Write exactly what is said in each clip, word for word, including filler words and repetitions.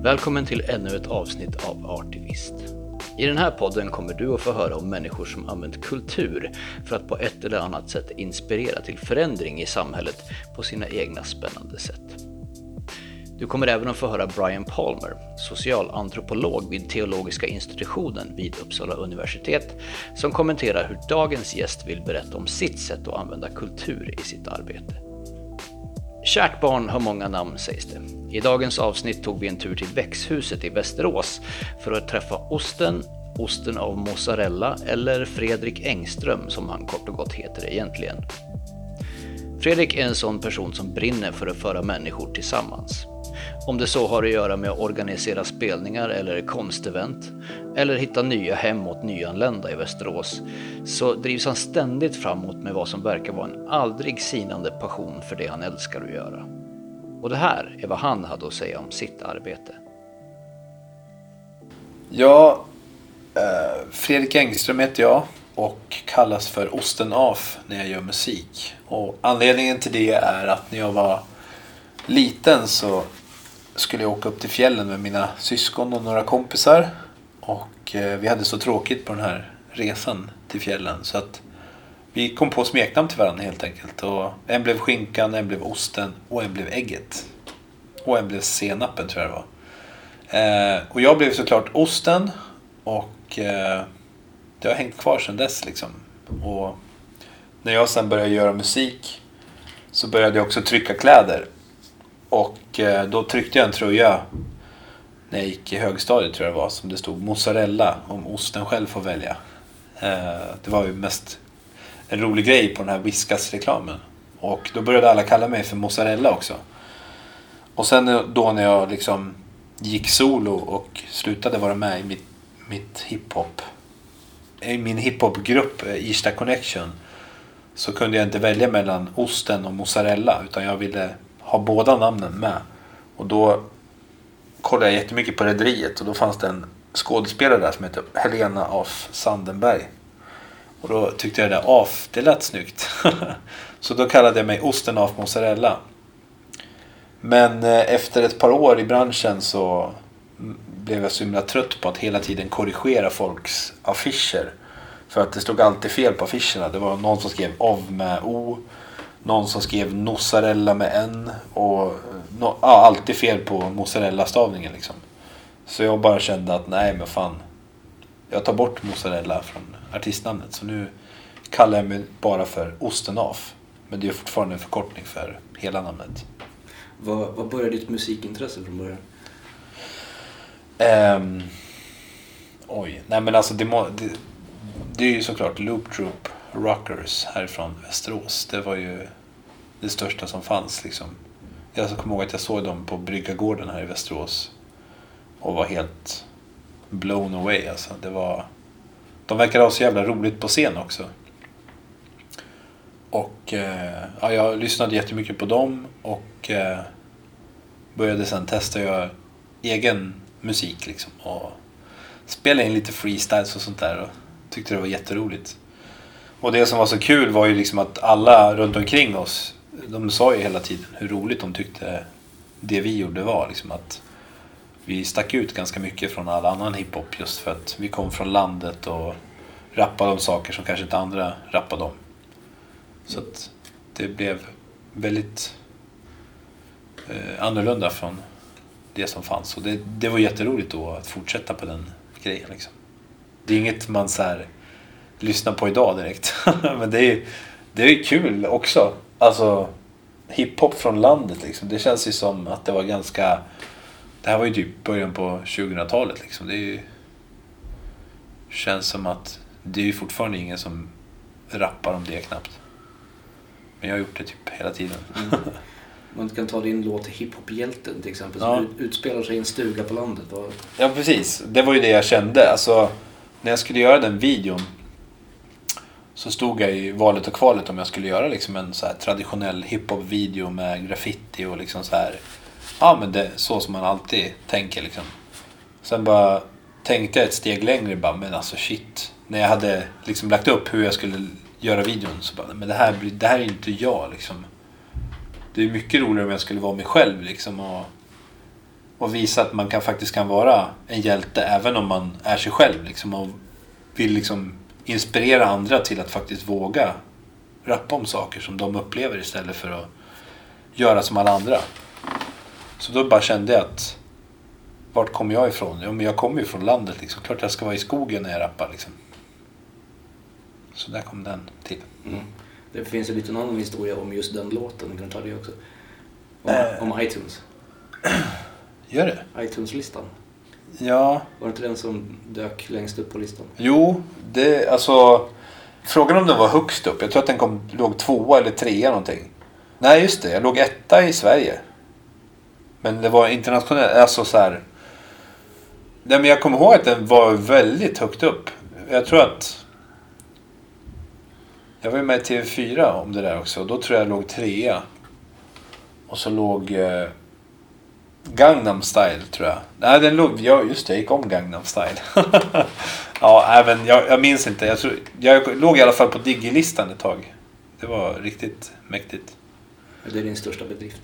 Välkommen till ännu ett avsnitt av Artivist. I den här podden kommer du att få höra om människor som använt kultur för att på ett eller annat sätt inspirera till förändring i samhället på sina egna spännande sätt. Du kommer även att få höra Brian Palmer, socialantropolog vid teologiska institutionen vid Uppsala universitet, som kommenterar hur dagens gäst vill berätta om sitt sätt att använda kultur i sitt arbete. Kärt barn har många namn, sägs det. I dagens avsnitt tog vi en tur till Växthuset i Västerås för att träffa Osten, Osten av mozzarella eller Fredrik Engström som han kort och gott heter egentligen. Fredrik är en sån person som brinner för att föra människor tillsammans. Om det så har att göra med att organisera spelningar eller konstevent eller hitta nya hem åt nyanlända i Västerås, så drivs han ständigt framåt med vad som verkar vara en aldrig sinande passion för det han älskar att göra. Och det här är vad han hade att säga om sitt arbete. Ja, eh, Fredrik Engström heter jag och kallas för Osten af när jag gör musik. Och anledningen till det är att när jag var liten så skulle jag åka upp till fjällen med mina syskon och några kompisar. Och eh, vi hade så tråkigt på den här resan till fjällen så att vi kom på smeknamn till varandra helt enkelt. Och en blev skinkan, en blev osten och en blev ägget. Och en blev senapen tror jag det var. Eh, och jag blev såklart osten och eh, det har hängt kvar sedan dess liksom. Och när jag sen började göra musik så började jag också trycka kläder. Och eh, då tryckte jag en tröja när jag gick i högstadiet tror jag det var, som det stod mozzarella om osten själv får välja. Eh, det var ju mest en rolig grej på den här Whiskas-reklamen. Och då började alla kalla mig för mozzarella också. Och sen då när jag liksom gick solo och slutade vara med i mitt, mitt hiphop, i min hiphopgrupp Irsta Connection, så kunde jag inte välja mellan osten och mozzarella utan jag ville ha båda namnen med. Och då kollade jag jättemycket på rederiet och då fanns det en skådespelare där som heter Helena af Sandenberg. Och då tyckte jag det där af, det lät snyggt. Så då kallade jag mig Osten af mozzarella. Men efter ett par år i branschen så blev jag så himla trött på att hela tiden korrigera folks affischer. För att det stod alltid fel på affischerna. Det var någon som skrev av med o, någon som skrev mozzarella med en och no, ja, alltid fel på mozzarella-stavningen liksom. Så jag bara kände att nej men fan, jag tar bort mozzarella från artistnamnet. Så nu kallar jag mig bara för Osten af. Men det är fortfarande en förkortning för hela namnet. Vad, vad började ditt musikintresse från början? Um, oj, nej men alltså det, må, det, det är ju såklart Loop Troop Rockers härifrån Västerås. Det var ju det största som fanns liksom. Jag kommer ihåg att jag såg dem på Bryggargården här i Västerås och var helt blown away alltså. Det var, de verkade ha så jävla roligt på scen också. Och eh, ja, jag lyssnade jättemycket på dem och eh, började sen testa att göra egen musik liksom och spela in lite freestyles och sånt där och tyckte det var jätteroligt. Och det som var så kul var ju liksom att alla runt omkring oss, de sa ju hela tiden hur roligt de tyckte det vi gjorde var liksom, att vi stack ut ganska mycket från all annan hiphop just för att vi kom från landet och rappade om saker som kanske inte andra rappade om. Så att det blev väldigt eh, annorlunda från det som fanns. Och det, det var jätteroligt då att fortsätta på den grejen liksom. Det är inget man så här lyssnar på idag direkt. Men det är, det är kul också. Alltså hiphop från landet liksom. Det känns ju som att det var ganska... Det här var ju typ början på tjugohundratalet liksom. Det är ju, känns som att det är ju fortfarande ingen som rappar om det knappt. Men jag har gjort det typ hela tiden. Mm. Man kan ta din låt Hiphop-hjälten till exempel som ja. utspelar sig i en stuga på landet. Och... Ja, precis. Det var ju det jag kände. Alltså, när jag skulle göra den videon så stod jag i valet och kvalet om jag skulle göra liksom en så här traditionell hiphop-video med graffiti och liksom så här. Ja, men det är så som man alltid tänker liksom. Sen bara tänkte jag ett steg längre bara, men alltså shit. När jag hade liksom lagt upp hur jag skulle göra videon så bara, men det här, det här är inte jag liksom. Det är mycket roligare om jag skulle vara mig själv liksom och Och visa att man kan, faktiskt kan vara en hjälte även om man är sig själv. Liksom, och vill liksom inspirera andra till att faktiskt våga rappa om saker som de upplever istället för att göra som alla andra. Så då bara kände jag att vart kommer jag ifrån? Ja, men jag kommer ju från landet liksom. Klart jag ska vara i skogen när jag rappar liksom. Så där kom den till. Mm. Det finns en liten annan historia om just den låten. Du kan ta det också. Om, äh. om iTunes. Gör det? iTunes-listan. Ja. Var det inte den som dök längst upp på listan? Jo, det alltså... Frågan om den var högst upp. Jag tror att den kom, låg tvåa eller trea någonting. Nej, just det. Jag låg etta i Sverige. Men det var internationellt. Alltså så här... Nej, men jag kommer ihåg att den var väldigt högt upp. Jag tror att... Jag var ju med i T V fyra om det där också. Och då tror jag jag låg trea. Och så låg... Eh, Gangnam Style tror jag. Nej, den låg... Ja, just det. Jag gick om Gangnam Style. Ja, även... Jag, jag minns inte. Jag, tror, jag låg i alla fall på Digi-listan ett tag. Det var riktigt mäktigt. Det är din största bedrift?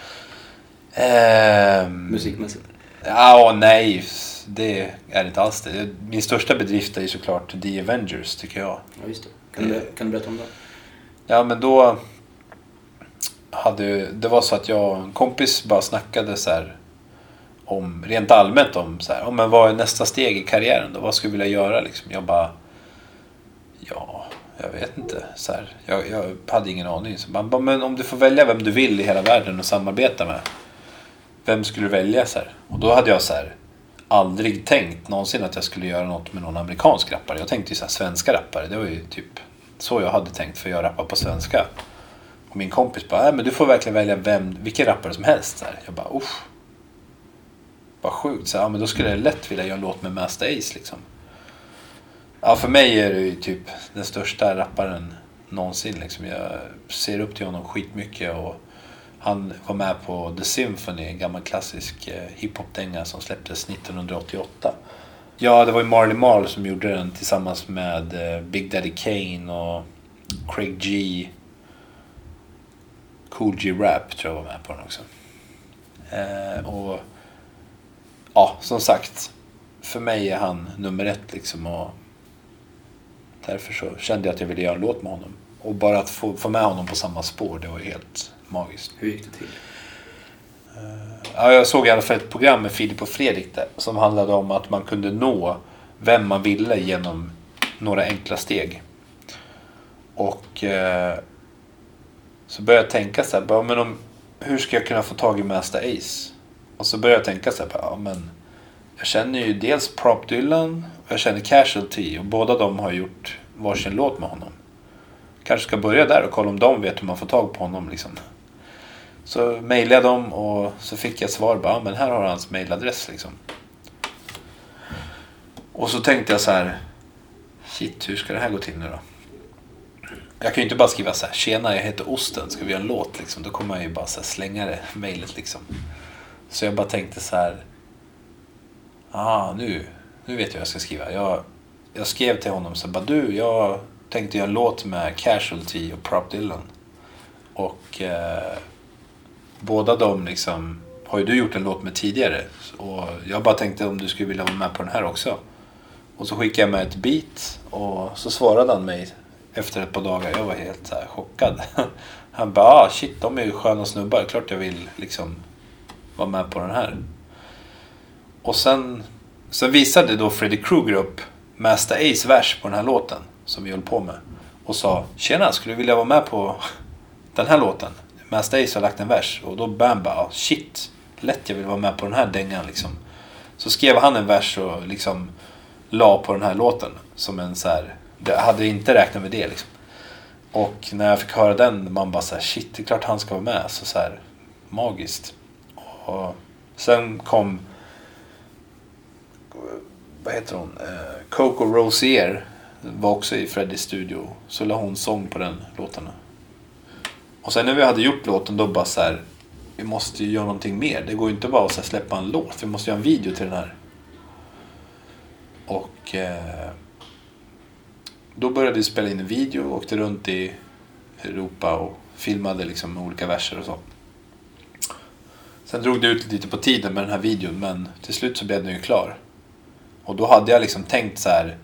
Um, Musikmässigt? Ja, nej. Det är inte alls det. Min största bedrift är ju såklart The Avengers, tycker jag. Ja, just det. Kan du, kan du berätta om det? Ja, men då... Hade, det var så att jag och en kompis bara snackade så här om, rent allmänt om så här, oh, men vad är nästa steg i karriären då? Vad skulle jag vilja göra liksom? Jag bara, ja, jag vet inte. Så här, jag, jag hade ingen aning. Så man bara, men om du får välja vem du vill i hela världen och samarbeta med, vem skulle du välja? Så här? Och då hade jag så här, aldrig tänkt någonsin att jag skulle göra något med någon amerikansk rappare. Jag tänkte ju så här, svenska rappare. Det var ju typ så jag hade tänkt, för jag rappar på svenska. Och min kompis bara, men du får verkligen välja vem, vilken rappare som helst. Så här. Jag bara, usch. Vad sjukt. Så, ja, men då skulle jag lätt vilja göra en låt med Masta Ace liksom. Ja, för mig är det ju typ den största rapparen någonsin liksom. Jag ser upp till honom skitmycket. Och han var med på The Symphony, en gammal klassisk eh, hiphop-dänga som släpptes nittonhundraåttioåtta. Ja, det var ju Marley Marl som gjorde den tillsammans med eh, Big Daddy Kane och Craig G. Cool G Rap tror jag var med på den också. Eh, och ja, som sagt, för mig är han nummer ett liksom, och därför så kände jag att jag ville göra en låt med honom. Och bara att få, få med honom på samma spår, det var ju helt magiskt. Hur gick det till? Eh, ja, jag såg i alla fall ett program med Filip och Fredrik där, som handlade om att man kunde nå vem man ville genom några enkla steg. Och eh, så började jag tänka så här, bara, men om, hur ska jag kunna få tag i Masta Ace? Och så började jag tänka så här, bara, ja, men jag känner ju dels Prop Dylan och jag känner Casualty, och båda de har gjort varsin låt med honom. Kanske ska börja där och kolla om de vet hur man får tag på honom liksom. Så mejlade jag dem och så fick jag ett svar, bara, ja, men här har hans mejladress liksom. Och så tänkte jag så här, shit, hur ska det här gå till nu då? Jag kan ju inte bara skriva så här, tjena, jag heter Osten, ska vi göra en låt liksom? Då kommer jag ju bara så här slänga det mejlet liksom. Så jag bara tänkte så här, ah, nu, nu vet jag vad jag ska skriva. Jag, jag skrev till honom så bara, du, jag tänkte göra en låt med Casualty och Prop Dylan. Och eh, båda de liksom, har ju du gjort en låt med tidigare. Och jag bara tänkte om du skulle vilja vara med på den här också. Och så skickade jag med ett beat och så svarade han mig efter ett par dagar. Jag var helt så här chockad. Han bara, ah, shit, de är ju sköna snubbar. Klart jag vill liksom vara med på den här. Och sen, sen visade då Freddy Krueger upp Masta Ace vers på den här låten som vi höll på med. Och sa, tjena, skulle du vilja vara med på den här låten? Masta Ace har lagt en vers. Och då Bam bara, ah, shit, lätt jag vill vara med på den här dängan liksom. Så skrev han en vers och liksom la på den här låten som en så här, jag hade inte räknat med det liksom. Och när jag fick höra den, man bara så här, shit, det är klart han ska vara med. Så så här, magiskt. Och sen kom, vad heter hon? Eh, Coco Rosier var också i Freddys studio. Så la hon sång på den låten. Och sen när vi hade gjort låten, då bara så här, vi måste ju göra någonting mer. Det går ju inte bara att så här, släppa en låt. Vi måste göra en video till den här. Och eh, då började vi spela in en video och åkte runt i Europa och filmade liksom olika verser och så. Sen drog det ut lite på tiden med den här videon, men till slut så blev den ju klar. Och då hade jag liksom tänkt så här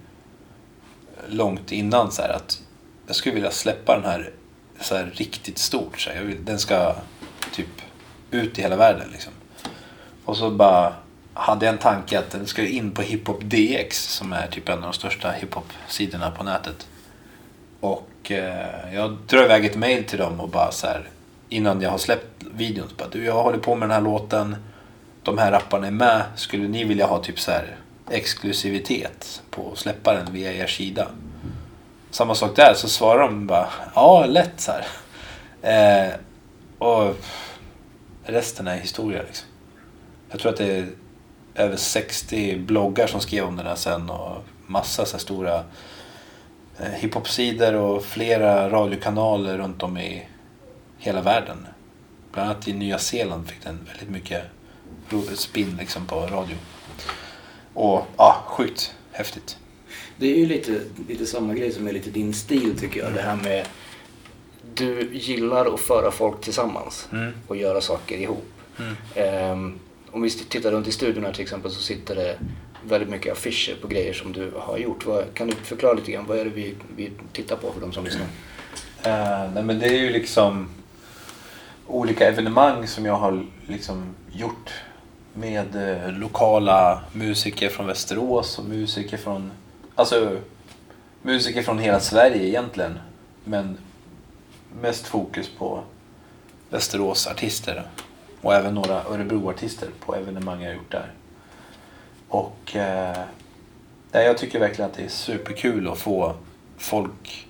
långt innan så här att jag skulle vilja släppa den här så här riktigt stort. Så här. Jag vill, den ska typ ut i hela världen liksom. Och så bara hade jag en tanke att den skulle in på Hip Hop D X som är typ en av de största hiphop-sidorna på nätet. Och eh, jag drar iväg ett mail till dem och bara så här, innan jag har släppt videon så bara, du, jag håller på med den här låten, de här rapparna är med, skulle ni vilja ha typ så här exklusivitet på att släppa den via er sida? Samma sak där, så svarar de bara, ja, lätt så här. Eh, och resten är historia liksom. Jag tror att det är över sextio bloggar som skrev om den här sen och massa så här stora eh, hiphop-sidor och flera radiokanaler runt om i hela världen. Bland annat i Nya Zeeland fick den väldigt mycket spin liksom på radio. Och ja, sjukt häftigt. Det är ju lite, lite samma grej som är lite din stil tycker jag. Det här med du gillar att föra folk tillsammans mm. och göra saker ihop. Mm. Um, om vi tittar runt i studion här till exempel så sitter det väldigt mycket affischer på grejer som du har gjort. Vad, kan du förklara lite grann, vad är det vi, vi tittar på för de som lyssnar? Uh, nej men det är ju liksom olika evenemang som jag har liksom gjort med eh, lokala musiker från Västerås och musiker från, alltså musiker från hela Sverige egentligen, men mest fokus på Västerås artister och även några Örebro-artister på evenemang jag har gjort där. Och eh, jag tycker verkligen att det är superkul att få folk,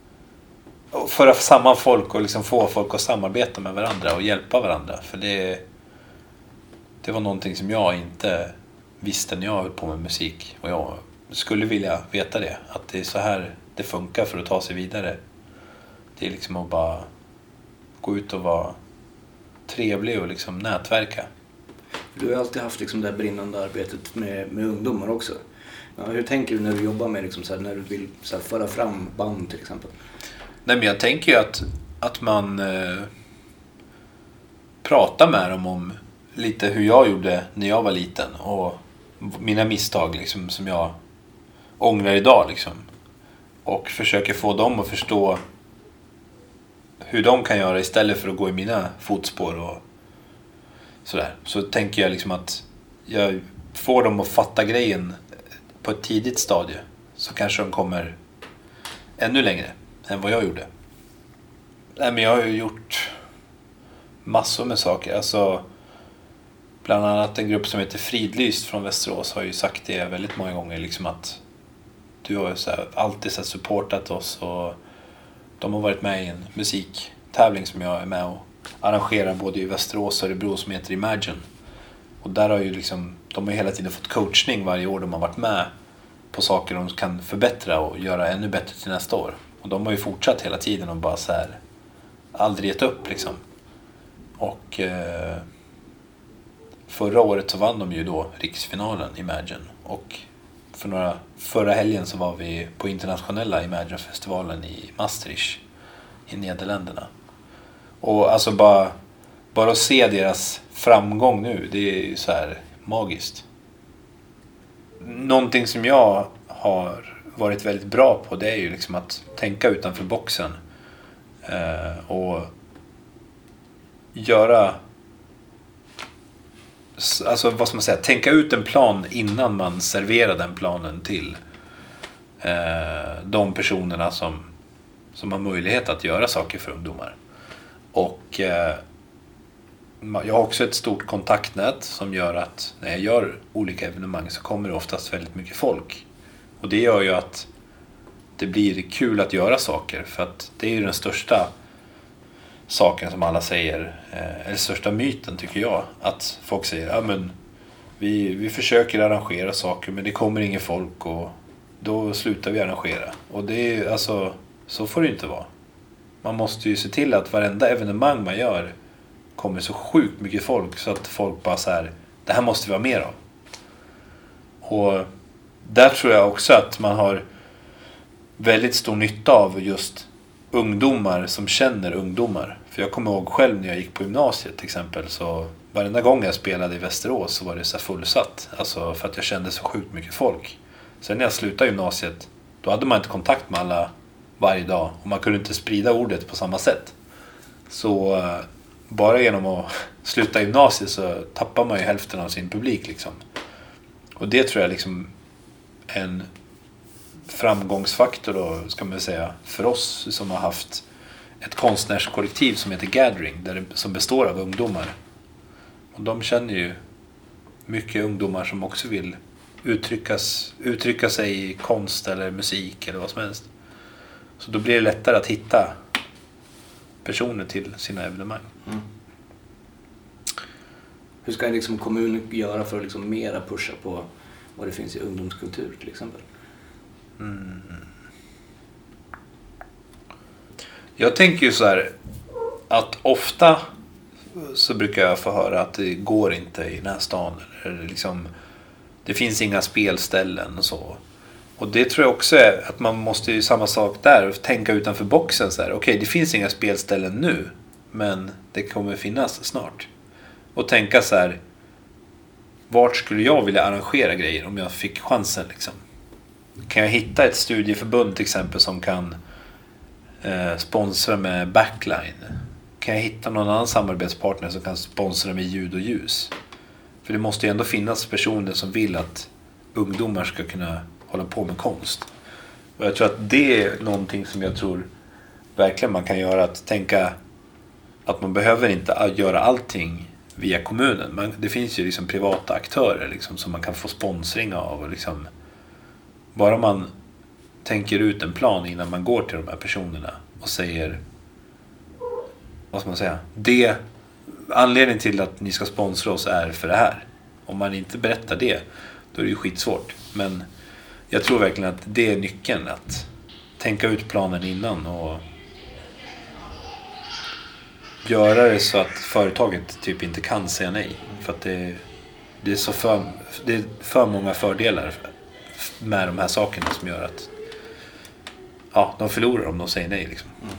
föra samman folk och liksom få folk att samarbeta med varandra och hjälpa varandra. För det, det var någonting som jag inte visste när jag höll på med musik. Och jag skulle vilja veta det. Att det är så här det funkar för att ta sig vidare. Det är liksom att bara gå ut och vara trevlig och liksom nätverka. Du har alltid haft liksom det här brinnande arbetet med, med ungdomar också. Ja, hur tänker du när du jobbar med liksom så här, när du vill så här, föra fram band till exempel? Nej, men jag tänker ju att, att man eh, pratar med dem om lite hur jag gjorde när jag var liten och mina misstag liksom, som jag ångrar idag liksom. Och försöker få dem att förstå hur de kan göra istället för att gå i mina fotspår och sådär. Så tänker jag liksom att jag får dem att fatta grejen på ett tidigt stadie, så kanske de kommer ännu längre än vad jag gjorde. Nej, men jag har ju gjort massor med saker. Alltså, bland annat en grupp som heter Fridlyst från Västerås har ju sagt det väldigt många gånger. Liksom att du har ju så här, alltid så här supportat oss och de har varit med i en musiktävling som jag är med och arrangerar både i Västerås och Örebro som heter Imagine. Och där har ju liksom, de har ju hela tiden fått coachning varje år de har varit med på saker de kan förbättra och göra ännu bättre till nästa år. Och de har ju fortsatt hela tiden och bara så här aldrig gett upp liksom. Och eh, förra året så vann de ju då riksfinalen Imagine. Och för några, förra helgen så var vi på internationella Imagine-festivalen i Maastricht i Nederländerna. Och alltså bara, bara att se deras framgång nu, det är ju så här magiskt. Någonting som jag har varit väldigt bra på, det är ju liksom att tänka utanför boxen. Eh, och göra, alltså vad ska man säga, tänka ut en plan innan man serverar den planen till eh, de personerna som, som har möjlighet att göra saker för ungdomar. Och eh, jag har också ett stort kontaktnät som gör att när jag gör olika evenemang så kommer det oftast väldigt mycket folk. Och det gör ju att det blir kul att göra saker, för att det är ju den största saken som alla säger, eh, eller största myten tycker jag, att folk säger ja men vi, vi försöker arrangera saker men det kommer ingen folk och då slutar vi arrangera. Och det är alltså, så får det inte vara. Man måste ju se till att varenda evenemang man gör kommer så sjukt mycket folk så att folk bara så här, det här måste vi ha mer av. Och där tror jag också att man har väldigt stor nytta av just ungdomar som känner ungdomar. För jag kommer ihåg själv när jag gick på gymnasiet till exempel, så varenda gång jag spelade i Västerås så var det så här fullsatt. Alltså för att jag kände så sjukt mycket folk. Sen när jag slutade gymnasiet, då hade man inte kontakt med alla varje dag. Och man kunde inte sprida ordet på samma sätt. Så uh, bara genom att sluta gymnasiet så tappar man ju hälften av sin publik liksom. Och det tror jag liksom en framgångsfaktor då, ska man säga, för oss som har haft ett konstnärskollektiv som heter Gathering, där det, som består av ungdomar. Och de känner ju mycket ungdomar som också vill uttryckas, uttrycka sig i konst eller musik eller vad som helst. Så då blir det lättare att hitta personer till sina evenemang. Mm. Hur ska liksom kommunen göra för att liksom mera pusha på vad det finns i ungdomskultur till exempel? Mm. Jag tänker ju så här att ofta så brukar jag få höra att det går inte i den här stan. Eller liksom, det finns inga spelställen och så. Och det tror jag också är att man måste ju samma sak där. Tänka utanför boxen så här. Okej, okay, det finns inga spelställen nu. Men det kommer finnas snart. Och tänka så här. Vart skulle jag vilja arrangera grejer om jag fick chansen liksom? Kan jag hitta ett studieförbund till exempel som kan eh, sponsra med backline? Kan jag hitta någon annan samarbetspartner som kan sponsra med ljud och ljus? För det måste ju ändå finnas personer som vill att ungdomar ska kunna hålla på med konst. Och jag tror att det är någonting som jag tror verkligen man kan göra. Att tänka att man behöver inte göra allting via kommunen. Man, det finns ju liksom privata aktörer liksom, som man kan få sponsring av. Och liksom, bara man tänker ut en plan innan man går till de här personerna och säger, vad ska man säga, det, anledningen till att ni ska sponsra oss är för det här. Om man inte berättar det, då är det ju skitsvårt. Men jag tror verkligen att det är nyckeln, att tänka ut planen innan och göra det så att företaget typ inte kan säga nej. För att det, det är så för, det är för många fördelar med de här sakerna som gör att ja, de förlorar om de säger nej liksom. Mm.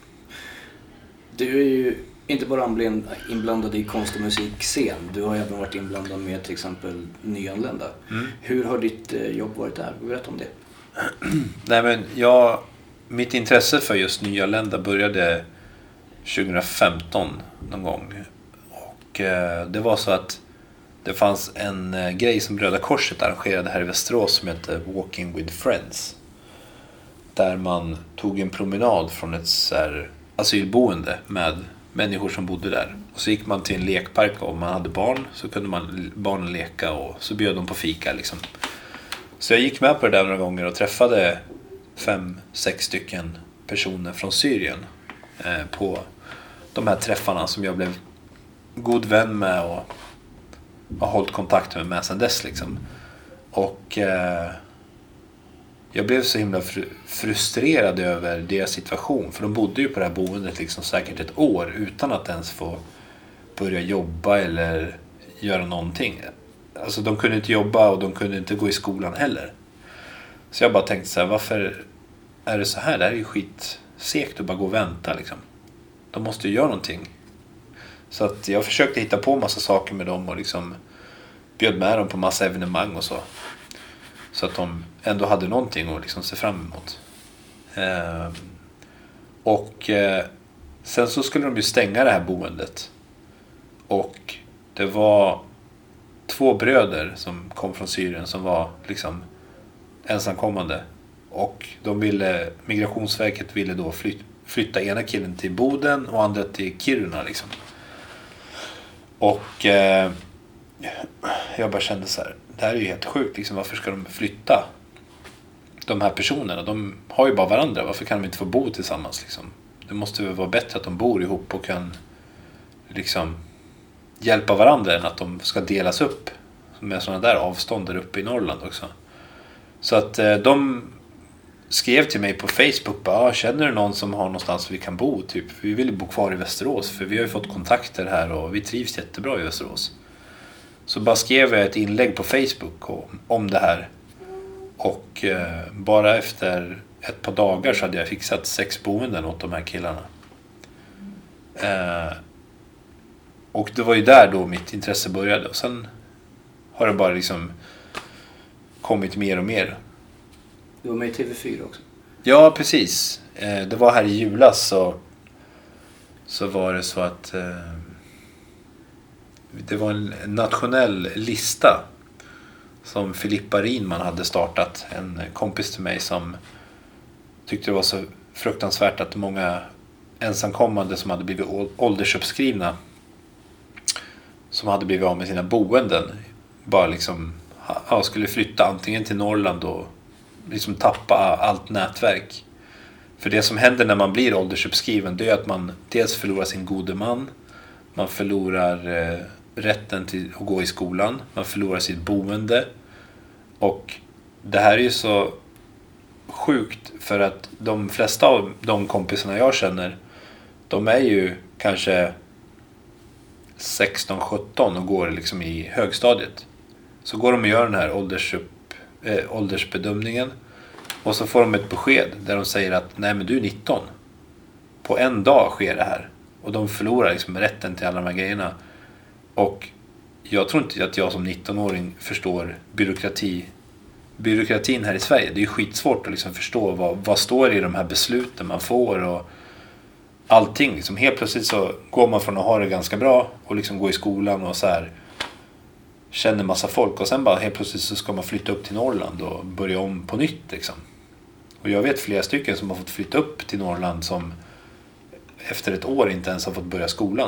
Du är ju inte bara inblandad i konst- och musikscen. Du har även varit inblandad med till exempel nyanlända. Mm. Hur har ditt jobb varit där? Berätta om det. Nej, men jag, mitt intresse för just nyanlända började tjugohundrafemton någon gång. Och eh, det var så att det fanns en eh, grej som Röda Korset arrangerade här i Västerås som heter Walking with Friends. Där man tog en promenad från ett så här asylboende med människor som bodde där. Och så gick man till en lekpark och om man hade barn så kunde man barnen leka och så bjöd de på fika liksom. Så jag gick med på det där några gånger och träffade fem, sex stycken personer från Syrien eh, på de här träffarna som jag blev god vän med och har hållit kontakt med, med sedan dess liksom. Och eh, jag blev så himla fr- frustrerad över deras situation. För de bodde ju på det här boendet liksom säkert ett år utan att ens få börja jobba eller göra någonting. Alltså de kunde inte jobba och de kunde inte gå i skolan heller. Så jag bara tänkte så här, varför är det så här? Det här är ju skitsekt att bara gå och vänta liksom. De måste ju göra någonting. Så att jag försökte hitta på massa saker med dem och liksom bjöd med dem på massa evenemang och så. Så att de ändå hade någonting att liksom se fram emot. Eh, och eh, sen så skulle de ju stänga det här boendet. Och det var två bröder som kom från Syrien som var liksom ensamkommande. Och de ville, Migrationsverket ville då flyt, flytta ena killen till Boden och andra till Kiruna liksom. Och eh, jag bara kände så här, det här är ju helt sjukt liksom, varför ska de flytta de här personerna? De har ju bara varandra, varför kan de inte få bo tillsammans liksom? Det måste väl vara bättre att de bor ihop och kan liksom hjälpa varandra än att de ska delas upp med sådana där avstånd där uppe i Norrland också. Så att eh, de skrev till mig på Facebook bara, ah, känner du någon som har någonstans vi kan bo typ? Vi vill bo kvar i Västerås för vi har ju fått kontakter här och vi trivs jättebra i Västerås. Så bara skrev jag ett inlägg på Facebook om, om det här. Och eh, bara efter ett par dagar så hade jag fixat sex boenden åt de här killarna. Eh, och det var ju där då mitt intresse började. Och sen har det bara liksom kommit mer och mer. Du var med i T V fyra också. Ja, precis. Eh, det var här i julas så, så var det så att eh, det var en nationell lista som Filippa Rinman hade startat. En kompis till mig som tyckte det var så fruktansvärt att många ensamkommande som hade blivit åldersuppskrivna, som hade blivit av med sina boenden, bara liksom ja, skulle flytta antingen till Norrland och liksom tappa allt nätverk. För det som händer när man blir åldersuppskriven, det är att man dels förlorar sin gode man, man förlorar eh, rätten till att gå i skolan, man förlorar sitt boende. Och det här är ju så sjukt, för att de flesta av de kompisarna jag känner, de är ju kanske sexton sjutton och går liksom i högstadiet. Så går de och gör den här åldersupp, äh, åldersbedömningen, och så får de ett besked där de säger att nej, men du är nitton. På en dag sker det här. Och de förlorar liksom rätten till alla de här grejerna. Och jag tror inte att jag som nittonåring förstår byråkrati byråkratin här i Sverige. Det är ju skitsvårt att liksom förstå vad, vad står i de här besluten man får och allting. Liksom helt plötsligt så går man från att ha det ganska bra och liksom gå i skolan och så här känner massa folk, och sen bara helt plötsligt så ska man flytta upp till Norrland och börja om på nytt liksom. Och jag vet flera stycken som har fått flytta upp till Norrland som efter ett år inte ens har fått börja skolan.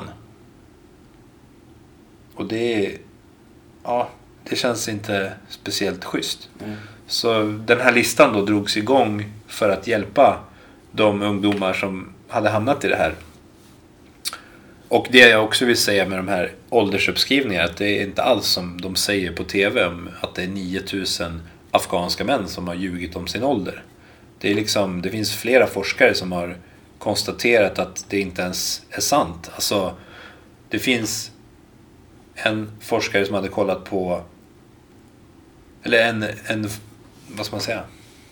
Och det är ja, det känns inte speciellt schysst. Mm. Så den här listan då drogs igång för att hjälpa de ungdomar som hade hamnat i det här. Och det jag också vill säga med de här åldersuppskrivningarna, att det är inte alls som de säger på tv om att det är nio tusen afghanska män som har ljugit om sin ålder. Det är liksom, det finns flera forskare som har konstaterat att det inte ens är sant. Alltså, det finns en forskare som hade kollat på, eller en, en vad ska man säga,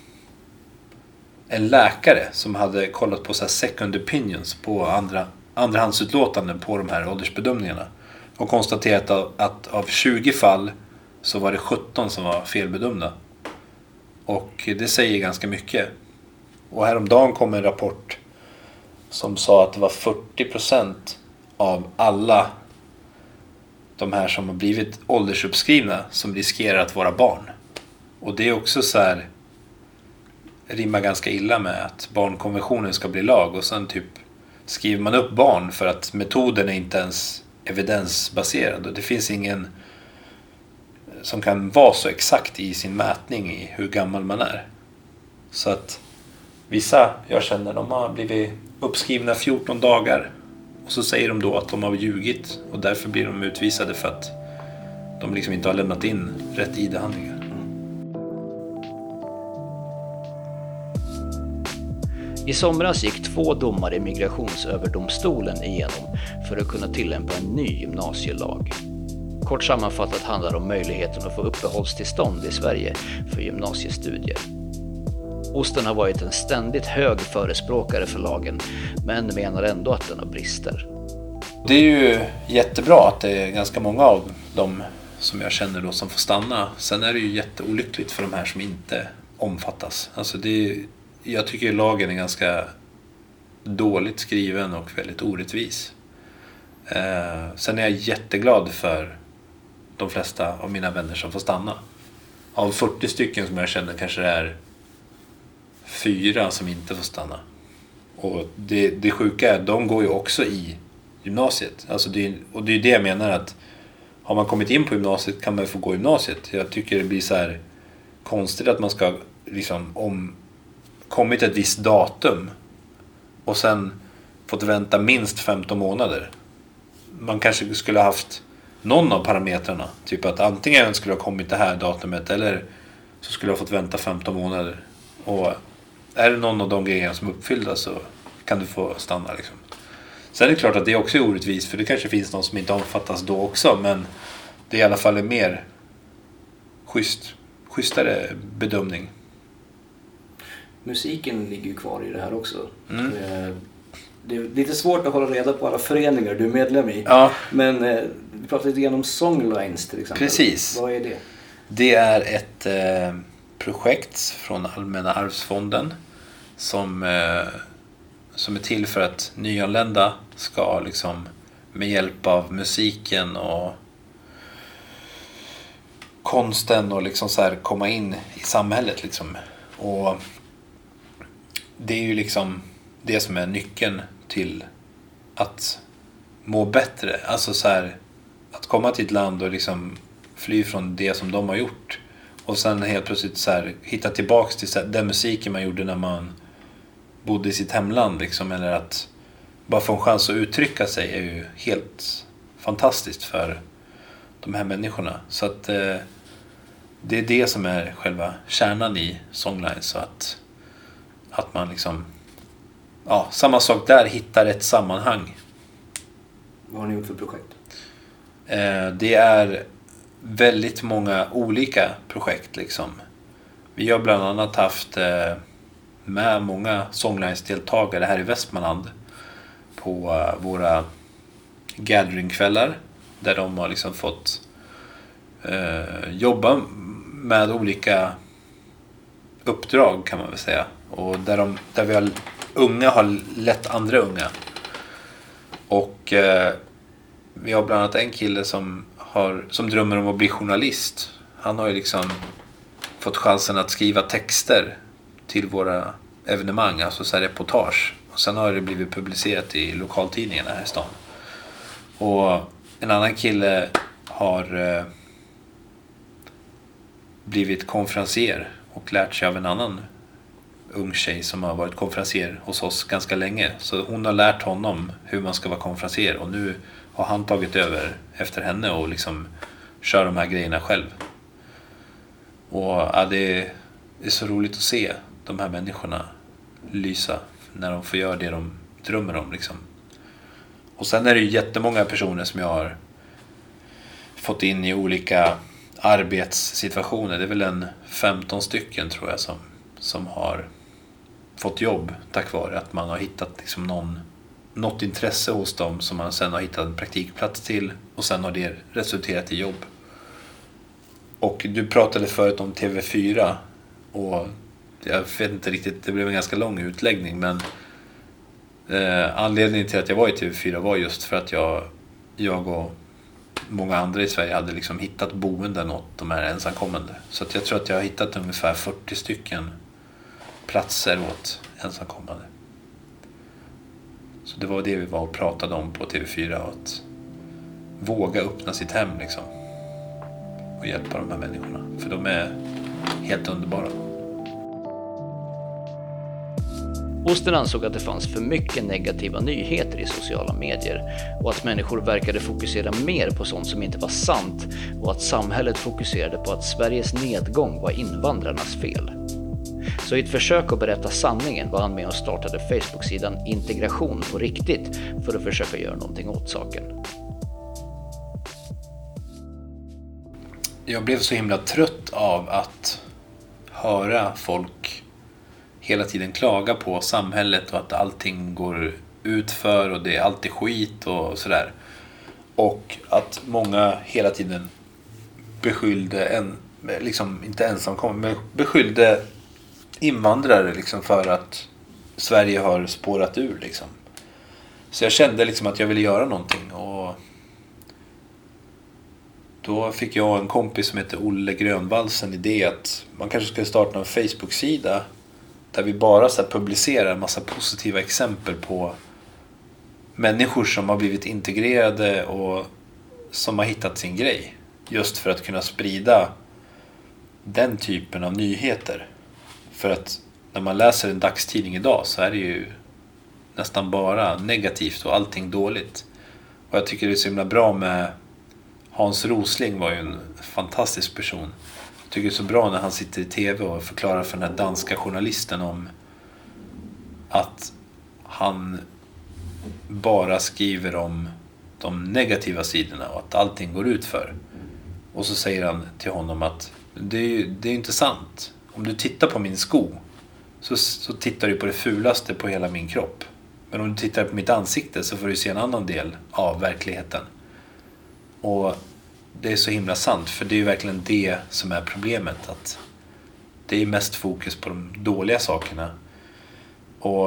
en läkare som hade kollat på så här second opinions, på andra andrahandsutlåtanden på de här åldersbedömningarna, och konstaterat att av tjugo fall så var det sjutton som var felbedömda. Och det säger ganska mycket. Och häromdagen kom en rapport som sa att det var fyrtio procent av alla de här som har blivit åldersuppskrivna som riskerar att vara barn. Och det är också så här, rimmar ganska illa med att barnkonventionen ska bli lag, och sen typ skriver man upp barn för att metoden är inte ens evidensbaserad, och det finns ingen som kan vara så exakt i sin mätning i hur gammal man är. Så att vissa jag känner, de har blivit uppskrivna fjorton dagar, och så säger de då att de har ljugit, och därför blir de utvisade för att de liksom inte har lämnat in rätt I D-handlingar. I somras gick två domar i Migrationsöverdomstolen igenom för att kunna tillämpa en ny gymnasielag. Kort sammanfattat handlar det om möjligheten att få uppehållstillstånd i Sverige för gymnasiestudier. Osten har varit en ständigt hög förespråkare för lagen, men menar ändå att den har brister. Det är ju jättebra att det är ganska många av dem som jag känner då som får stanna. Sen är det ju jätteolyckligt för de här som inte omfattas. Alltså det är, jag tycker lagen är ganska dåligt skriven och väldigt orättvis. Eh, sen är jag jätteglad för de flesta av mina vänner som får stanna. Av fyrtio stycken som jag känner kanske det är fyra som inte får stanna. Och det, det sjuka är att de går ju också i gymnasiet. Alltså det, och det är det jag menar, att har man kommit in på gymnasiet kan man få gå i gymnasiet. Jag tycker det blir så här konstigt att man ska liksom om kommit ett visst datum och sen fått vänta minst femton månader. Man kanske skulle ha haft någon av parametrarna. Typ att antingen skulle ha kommit det här datumet, eller så skulle ha fått vänta femton månader. Och är det någon av de grejerna som är uppfyllda så kan du få stanna liksom. Sen är det klart att det också är orättvist, för det kanske finns någon som inte omfattas då också, men det är i alla fall en mer schysst, schysstare bedömning. Musiken ligger ju kvar i det här också. Mm. det är lite svårt att hålla reda på alla föreningar du är medlem i. Ja. Men eh, vi pratade lite grann om Songlines till exempel. Precis. Vad är det? Det är ett eh, projekt från Allmänna arvsfonden som, eh, som är till för att nyanlända ska liksom med hjälp av musiken och konsten och liksom så här komma in i samhället liksom. Och det är ju liksom det som är nyckeln till att må bättre. Alltså så här, att komma till ett land och liksom fly från det som de har gjort. Och sen helt plötsligt så här, hitta tillbaks till så här, den musiken man gjorde när man bodde i sitt hemland. Liksom, eller att bara få en chans att uttrycka sig är ju helt fantastiskt för de här människorna. Så att eh, det är det som är själva kärnan i Songlines. Så att, att man liksom, ja, samma sak där, hittar ett sammanhang. Vad har ni gjort för projekt? Eh, det är väldigt många olika projekt liksom. Vi har bland annat haft eh, med många Songlines-deltagare här i Västmanland på uh, våra gatheringkvällar där de har liksom fått uh, jobba med olika uppdrag kan man väl säga, och där, de, där vi har, unga har lett andra unga, och uh, vi har bland annat en kille som, har, som drömmer om att bli journalist. Han har ju liksom fått chansen att skriva texter till våra evenemang, alltså så här reportage. Och sen har det blivit publicerat i lokaltidningarna här i stan. Och en annan kille har eh, blivit konferencier och lärt sig av en annan ung tjej som har varit konferencier hos oss ganska länge. Så hon har lärt honom hur man ska vara konferencier, och nu har han tagit över efter henne och liksom kör de här grejerna själv. Och ja, det, är, det är så roligt att se de här människorna lysa när de får göra det de drömmer om liksom. Och sen är det ju jättemånga personer som jag har fått in i olika arbetssituationer. Det är väl en femton stycken tror jag som, som har fått jobb tack vare att man har hittat liksom någon, något intresse hos dem som man sen har hittat en praktikplats till, och sen har det resulterat i jobb. Och du pratade förut om T V fyra, och jag vet inte riktigt, det blev en ganska lång utläggning, men eh, anledningen till att jag var i T V fyra var just för att jag, jag och många andra i Sverige hade liksom hittat boenden åt de här ensamkommande. Så att jag tror att jag har hittat ungefär fyrtio stycken platser åt ensamkommande. Så det var det vi var och pratade om på T V fyra, att våga öppna sitt hem liksom och hjälpa de här människorna, för de är helt underbara. Osten ansåg att det fanns för mycket negativa nyheter i sociala medier och att människor verkade fokusera mer på sånt som inte var sant, och att samhället fokuserade på att Sveriges nedgång var invandrarnas fel. Så i ett försök att berätta sanningen var han med och startade Facebook-sidan Integration på riktigt för att försöka göra någonting åt saken. Jag blev så himla trött av att höra folk hela tiden klaga på samhället och att allting går utför och det är alltid skit och sådär. Och att många hela tiden beskyllde, en, liksom inte ensamkommande, men beskyllde invandrare liksom för att Sverige har spårat ur liksom. Så jag kände liksom att jag ville göra någonting, och då fick jag en kompis som heter Olle Grönvalls en idé att man kanske skulle starta en Facebook-sida där vi bara så här publicerar en massa positiva exempel på människor som har blivit integrerade och som har hittat sin grej, just för att kunna sprida den typen av nyheter. För att när man läser en dagstidning idag så är det ju nästan bara negativt och allting dåligt. Och jag tycker det är så himla bra med Hans Rosling, var ju en fantastisk person. Jag tycker det är så bra när han sitter i tv och förklarar för den här danska journalisten om att han bara skriver om de negativa sidorna och att allting går ut för. Och så säger han till honom att det är, det är inte sant. Om du tittar på min sko så, så tittar du på det fulaste på hela min kropp. Men om du tittar på mitt ansikte så får du se en annan del av verkligheten. Och det är så himla sant, för det är ju verkligen det som är problemet. Att det är mest fokus på de dåliga sakerna. Och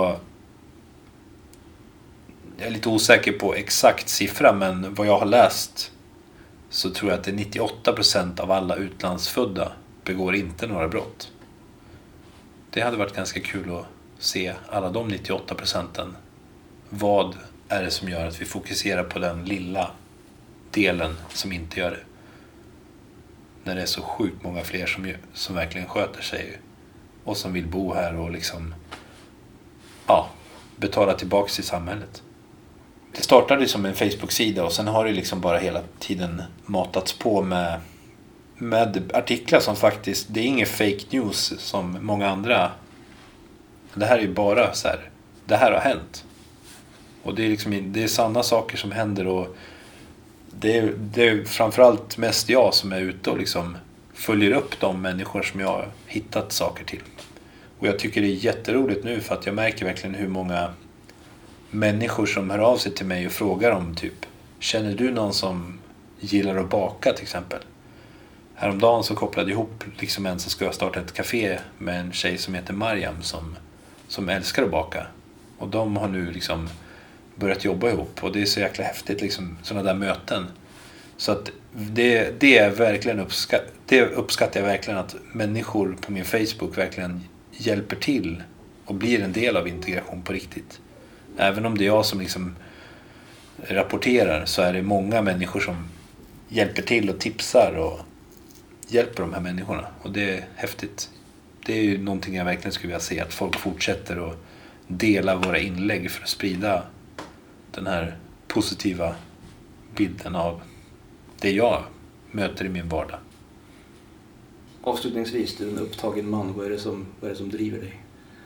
jag är lite osäker på exakt siffra, men vad jag har läst så tror jag att det är nittioåtta procent av alla utlandsfödda begår inte några brott. Det hade varit ganska kul att se alla de nittioåtta procenten. Vad är det som gör att vi fokuserar på den lilla delen som inte gör det? När det är så sjukt många fler som, som verkligen sköter sig och som vill bo här och liksom ja, betala tillbaka till samhället. Det startade som en Facebook-sida och sen har det liksom bara hela tiden matats på med, med artiklar som faktiskt, det är ingen fake news som många andra. Det här är ju bara så här, det här har hänt. Och det är liksom, det är sanna saker som händer, och det är, det är framförallt mest jag som är ute och liksom följer upp de människor som jag har hittat saker till. Och jag tycker det är jätteroligt nu, för att jag märker verkligen hur många människor som hör av sig till mig och frågar om typ, känner du någon som gillar att baka till exempel? Häromdagen så kopplade jag ihop liksom en som ska starta ett café med en tjej som heter Mariam som, som älskar att baka. Och de har nu liksom börjat jobba ihop, och det är så jäkla häftigt liksom, sådana där möten. Så att det, det är verkligen uppskatt, det uppskattar jag verkligen, att människor på min Facebook verkligen hjälper till och blir en del av integration på riktigt. Även om det är jag som liksom rapporterar, så är det många människor som hjälper till och tipsar och hjälper de här människorna. Och det är häftigt. Det är ju någonting jag verkligen skulle vilja se, att folk fortsätter att dela våra inlägg för att sprida den här positiva bilden av det jag möter i min vardag. Avslutningsvis, du är en upptagen man. Vad är det som, vad är det som driver dig?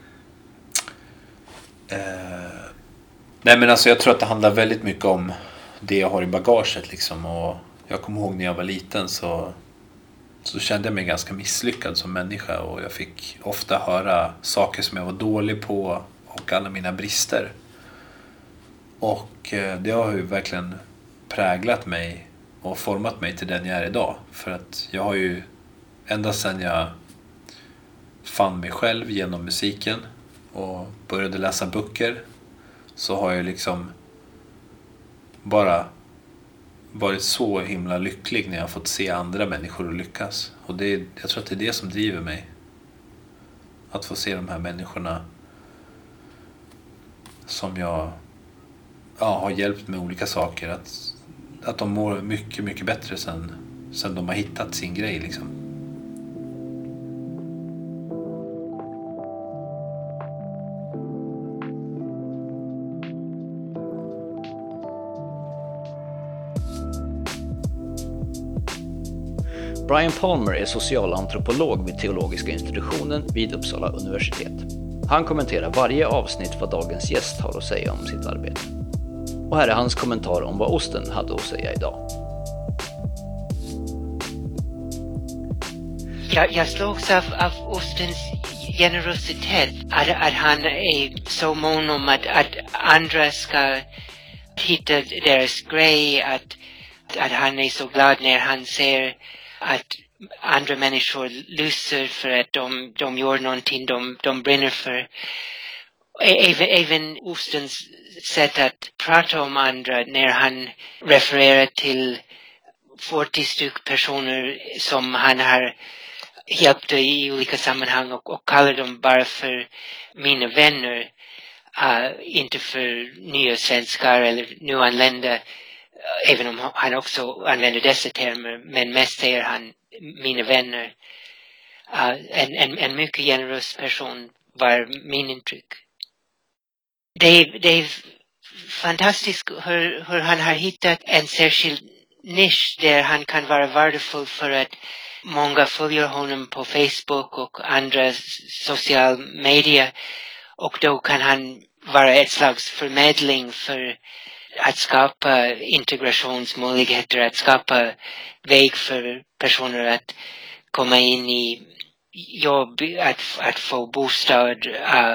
Eh, nej men alltså jag tror att det handlar väldigt mycket om det jag har i bagaget liksom. Och jag kommer ihåg när jag var liten så, så kände jag mig ganska misslyckad som människa. Och jag fick ofta höra saker som jag var dålig på och alla mina brister. Och eh, det har ju verkligen präglat mig och format mig till den jag är idag. För att jag har ju ända sedan jag fann mig själv genom musiken och började läsa böcker, så har jag liksom bara varit så himla lycklig när jag har fått se andra människor lyckas. Och det är, jag tror att det är det som driver mig. Att få se de här människorna som jag ja, har hjälpt med olika saker. Att, att de mår mycket, mycket bättre sen, sen de har hittat sin grej liksom. Brian Palmer är socialantropolog vid teologiska institutionen vid Uppsala universitet. Han kommenterar varje avsnitt vad dagens gäst har att säga om sitt arbete. Och här är hans kommentar om vad osten hade att säga idag. Jag, jag slogs av, av ostens generositet. Att, att han är så mån om att, att andra ska hitta deras grej. Att, att han är så glad när han ser att andra människor lyser för att de, de gör någonting de, de brinner för. Även, även ostens sätt att prata om andra, när han refererar till fyrtio styck personer som han har hjälpt i olika sammanhang och, och kallar dem bara för mina vänner, uh, inte för nya svenskar eller nyanlända. Även om han också använder dessa termer, men mest säger han mina vänner. Uh, en, en, en mycket generös person var min intryck. Det är, det är fantastiskt hur, hur han har hittat en särskild nisch där han kan vara värdefull, för att många följer honom på Facebook och andra social media, och då kan han vara ett slags förmedling för att skapa integrationsmöjligheter, att skapa väg för personer att komma in i jobb, att, att få bostad, uh,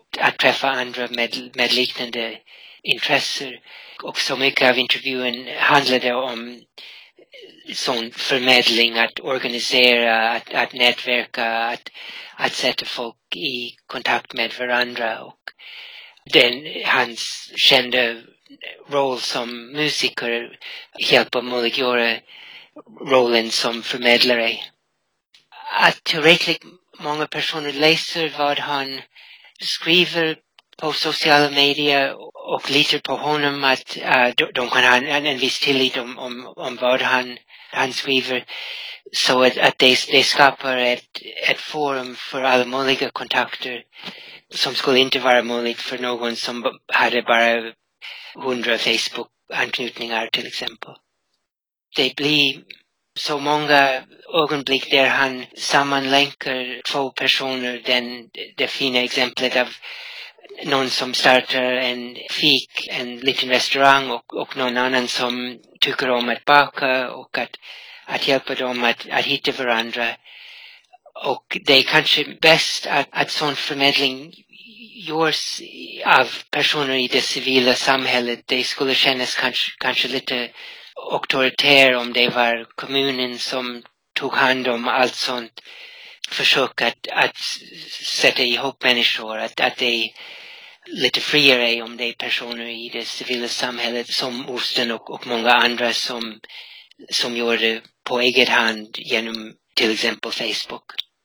att träffa andra med, med liknande intressen. Och så mycket av intervjun handlade om sån förmedling, att organisera, att, att nätverka, att, att sätta folk i kontakt med varandra. Och den, hans kända roll som musiker hjälper möjliggöra rollen som förmedlare. Att tillräckligt många personer läser vad han skriver på sociala medier och litar på honom, att uh, de, de kan ha en, en viss tillit om, om, om vad han, han skriver, så att, att det, det skapar ett, ett forum för alla möjliga kontakter som skulle inte vara möjligt för någon som hade bara hundra Facebook-anknytningar till exempel. Det blir så många ögonblick där han sammanlänkar två personer. Den, det fina exemplet av någon som startar en fik, en liten restaurang, och, och någon annan som tycker om att baka och att, att hjälpa dem att, att hitta varandra. Och det är kanske bäst att, att sån förmedling görs av personer i det civila samhället. Det skulle kännas kanske, kanske lite auktoritär om det var kommunen som tog hand om allt sånt försök att, att sätta ihop människor, att, att det är lite friare om det är personer i det civila samhället som Osten och, och många andra som, som gör det på eget hand genom till exempel Facebook.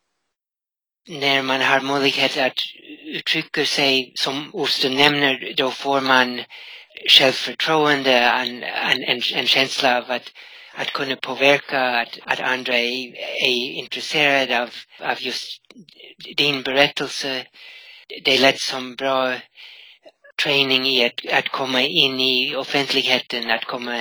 När man har möjlighet att uttrycka sig som Osten nämner, då får man självförtroende, en, en, en känsla av att, att kunna påverka, att, att andra är, är intresserade av, av just din berättelse. Det är lätt som bra träning i att, att komma in i offentligheten, att komma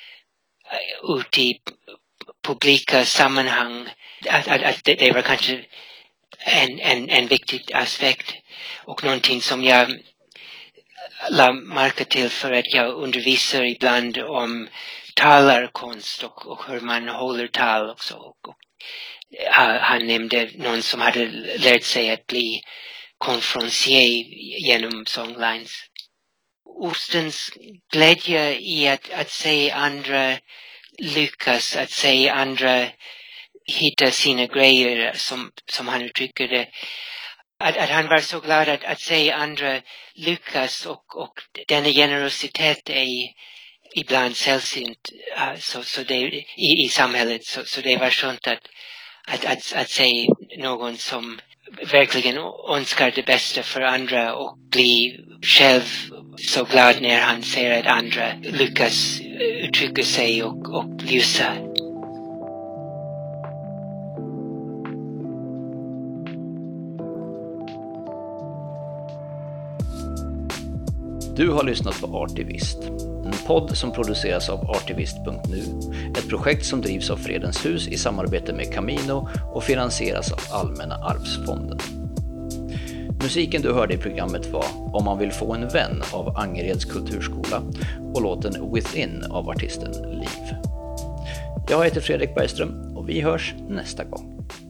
ut i publika sammanhang. Att, att, att det, det var kanske en, en, en viktig aspekt och någonting som jag la märke till för att jag undervisar ibland om talarkonst och, och hur man håller tal också. Och, och, han nämnde någon som hade lärt sig att bli konferencier genom songlines. Ostens glädje i att, att se andra lyckas, att se andra hitta sina grejer, som, som han uttrycker det. Att, att han var så glad att, att se andra lyckas, och, och denna generositet är ibland sällsynt uh, så, så det, i, i samhället. Så, så det var skönt att, att, att, att se någon som verkligen önskar det bästa för andra och blir själv så glad när han ser att andra lyckas uttrycka sig och, och lysa. Du har lyssnat på Artivist, en podd som produceras av artivist punkt nu, ett projekt som drivs av Fredens hus i samarbete med Camino och finansieras av Allmänna arvsfonden. Musiken du hörde i programmet var Om man vill få en vän av Angereds kulturskola och låten Within av artisten Liv. Jag heter Fredrik Bergström och vi hörs nästa gång.